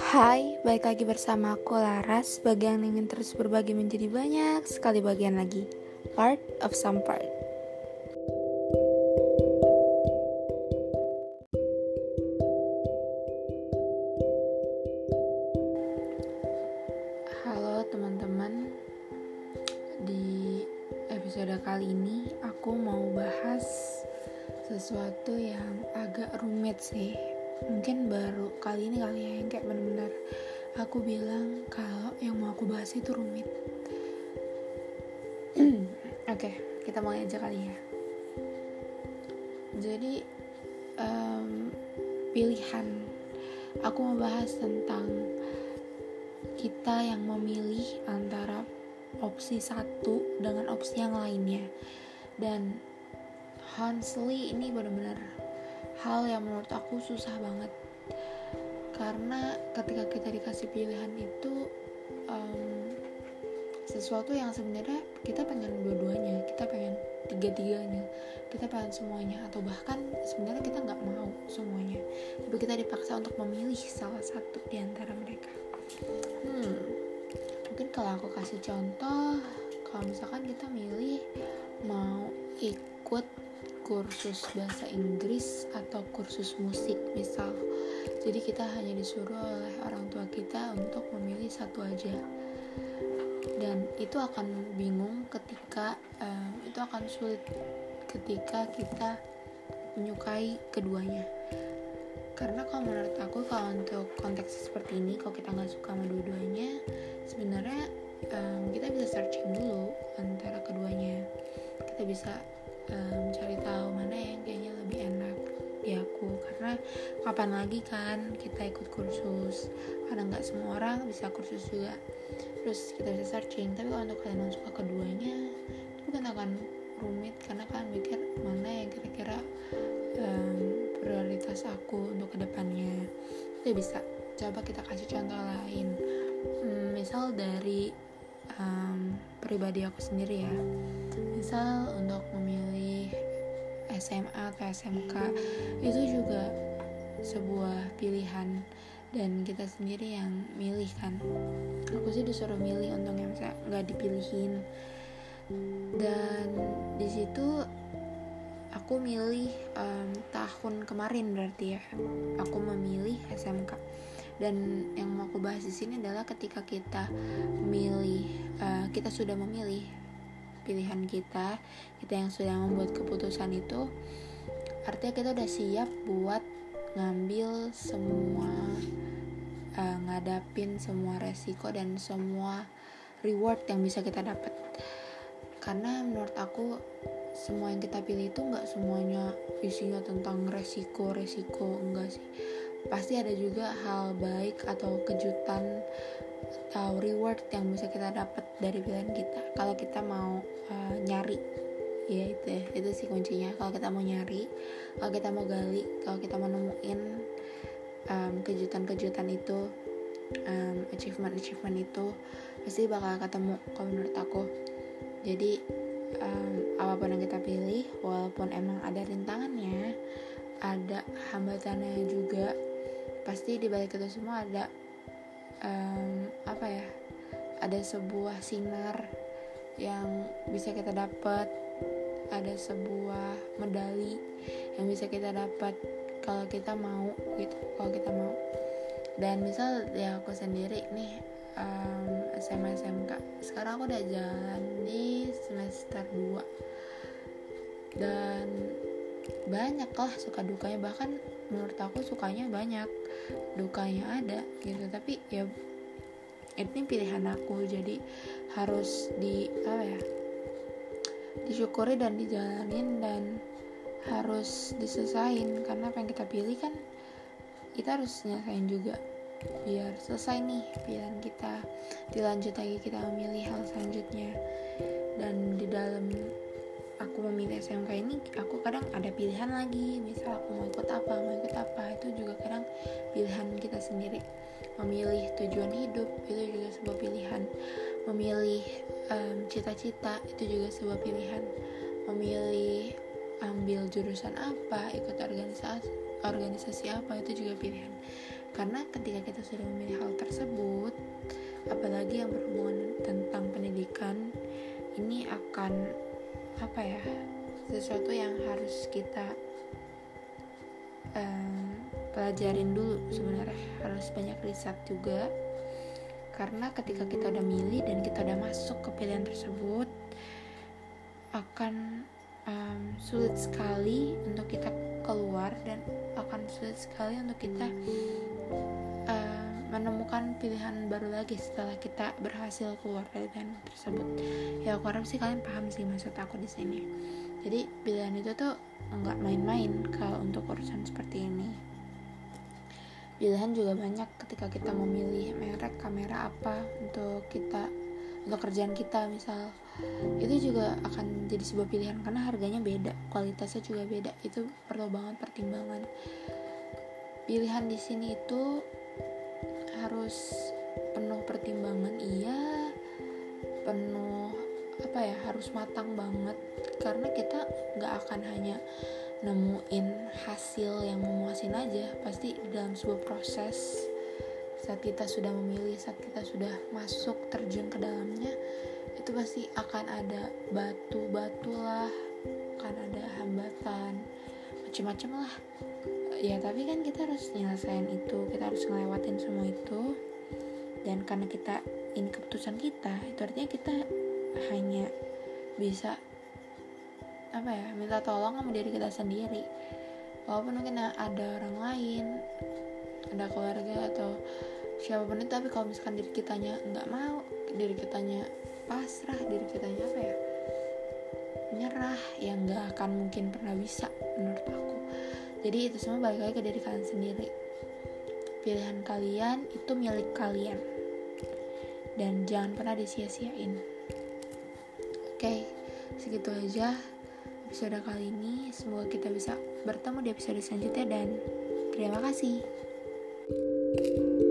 Hai, balik lagi bersama aku Laras. Bagi yang ingin terus berbagi menjadi banyak sekali bagian lagi. Part of some part. Halo teman-teman. Di episode kali ini aku mau bahas sesuatu yang agak rumit sih. Mungkin baru kali ini kali ya yang kayak benar-benar aku bilang kalau yang mau aku bahas itu rumit. Oke, kita mulai aja kali ya. Jadi pilihan. Aku mau bahas tentang kita yang memilih antara opsi satu dengan opsi yang lainnya. Dan honestly ini benar-benar hal yang menurut aku susah banget. Karena ketika kita dikasih pilihan itu sesuatu yang sebenarnya kita pengen dua-duanya, kita pengen tiga-tiganya, kita pengen semuanya, atau bahkan sebenarnya kita nggak mau semuanya, tapi kita dipaksa untuk memilih salah satu di antara mereka. Mungkin kalau aku kasih contoh, kalau misalkan kita milih mau ikut kursus bahasa Inggris atau kursus musik misal, jadi kita hanya disuruh oleh orang tua kita untuk memilih satu aja. Dan itu akan bingung ketika itu akan sulit ketika kita menyukai keduanya. Karena kalau menurut aku, kalau untuk konteks seperti ini, kalau kita nggak suka sama dua-duanya, sebenarnya kita bisa searching dulu antara keduanya. Kita bisa cari tahu mana yang kayaknya lebih enak di aku. Karena kapan lagi kan kita ikut kursus, karena nggak semua orang bisa kursus juga. Terus kita bisa searching. Tapi kalau untuk kalian yang suka keduanya, itu kan akan rumit, karena kalian mikir mana yang kira-kira prioritas aku untuk kedepannya. Itu bisa. Coba kita kasih contoh lain. Misal dari pribadi aku sendiri ya. Misal untuk memilih SMA atau SMK, itu juga sebuah pilihan, dan kita sendiri yang milih kan. Aku sih disuruh milih, untungnya misalnya nggak dipilihin. Dan di situ aku milih tahun kemarin, berarti ya aku memilih SMK. Dan yang mau aku bahas di sini adalah ketika kita milih, kita sudah memilih pilihan kita yang sudah membuat keputusan itu, artinya kita udah siap buat ngambil semua, ngadapin semua resiko dan semua reward yang bisa kita dapat. Karena menurut aku semua yang kita pilih itu nggak semuanya isinya tentang resiko, enggak sih. Pasti ada juga hal baik atau kejutan atau reward yang bisa kita dapat dari pilihan kita kalau kita mau nyari. Ya itu sih kuncinya. Kalau kita mau nyari, kalau kita mau gali, kalau kita mau nemuin kejutan-kejutan itu, achievement itu pasti bakal ketemu kalau menurut aku. Jadi apapun yang kita pilih, walaupun emang ada rintangannya, ada hambatannya juga, pasti di balik itu semua ada ada sebuah sinar yang bisa kita dapat, ada sebuah medali yang bisa kita dapat kalau kita mau gitu, kalau kita mau. Dan misal ya aku sendiri nih, SMA SMK, sekarang aku udah jalan di semester 2, dan banyak lah suka dukanya. Bahkan menurut aku sukanya banyak, dukanya ada gitu. Tapi ya ini pilihan aku, jadi harus disyukuri dan dijalanin, dan harus diselesain. Karena apa yang kita pilih kan kita harus nyelesain juga, biar selesai nih pilihan kita, dilanjut lagi kita memilih hal selanjutnya. Dan di dalam aku memilih SMK ini, aku kadang ada pilihan lagi. Misal aku mau ikut apa, itu juga kadang pilihan kita sendiri. Memilih tujuan hidup itu juga sebuah pilihan. Memilih cita-cita itu juga sebuah pilihan. Memilih ambil jurusan apa, ikut organisasi apa, itu juga pilihan. Karena ketika kita sudah memilih hal tersebut, apalagi yang berhubungan tentang pendidikan, ini akan sesuatu yang harus kita pelajarin dulu. Sebenarnya harus banyak riset juga, karena ketika kita udah milih dan kita udah masuk ke pilihan tersebut, akan sulit sekali untuk kita keluar, dan akan sulit sekali untuk kita menemukan pilihan baru lagi setelah kita berhasil keluar dari pilihan tersebut. Ya, aku harap sih kalian paham sih maksud aku di sini. Jadi pilihan itu tuh nggak main-main kalau untuk urusan seperti ini. Pilihan juga banyak ketika kita memilih merek kamera apa untuk kerjaan kita misal. Itu juga akan jadi sebuah pilihan karena harganya beda, kualitasnya juga beda. Itu perlu banget pertimbangan. Pilihan di sini itu harus penuh pertimbangan, harus matang banget, karena kita nggak akan hanya nemuin hasil yang memuasin aja. Pasti dalam sebuah proses, saat kita sudah memilih, saat kita sudah masuk terjun ke dalamnya, itu pasti akan ada batu-batu lah, akan ada hambatan, macam-macam lah ya. Tapi kan kita harus nyelesain itu, kita harus ngelewatin semua itu. Dan karena ini keputusan kita, itu artinya kita hanya bisa minta tolong sama diri kita sendiri. Walaupun mungkin ada orang lain, ada keluarga atau siapapun itu, tapi kalau misalkan diri kitanya nggak mau, diri kitanya pasrah, diri kitanya menyerah, ya nggak akan mungkin pernah bisa menurut aku. Jadi itu semua balik lagi ke diri kalian sendiri. Pilihan kalian itu milik kalian, dan jangan pernah disia-siain. Oke, segitu aja episode kali ini. Semoga kita bisa bertemu di episode selanjutnya, dan terima kasih.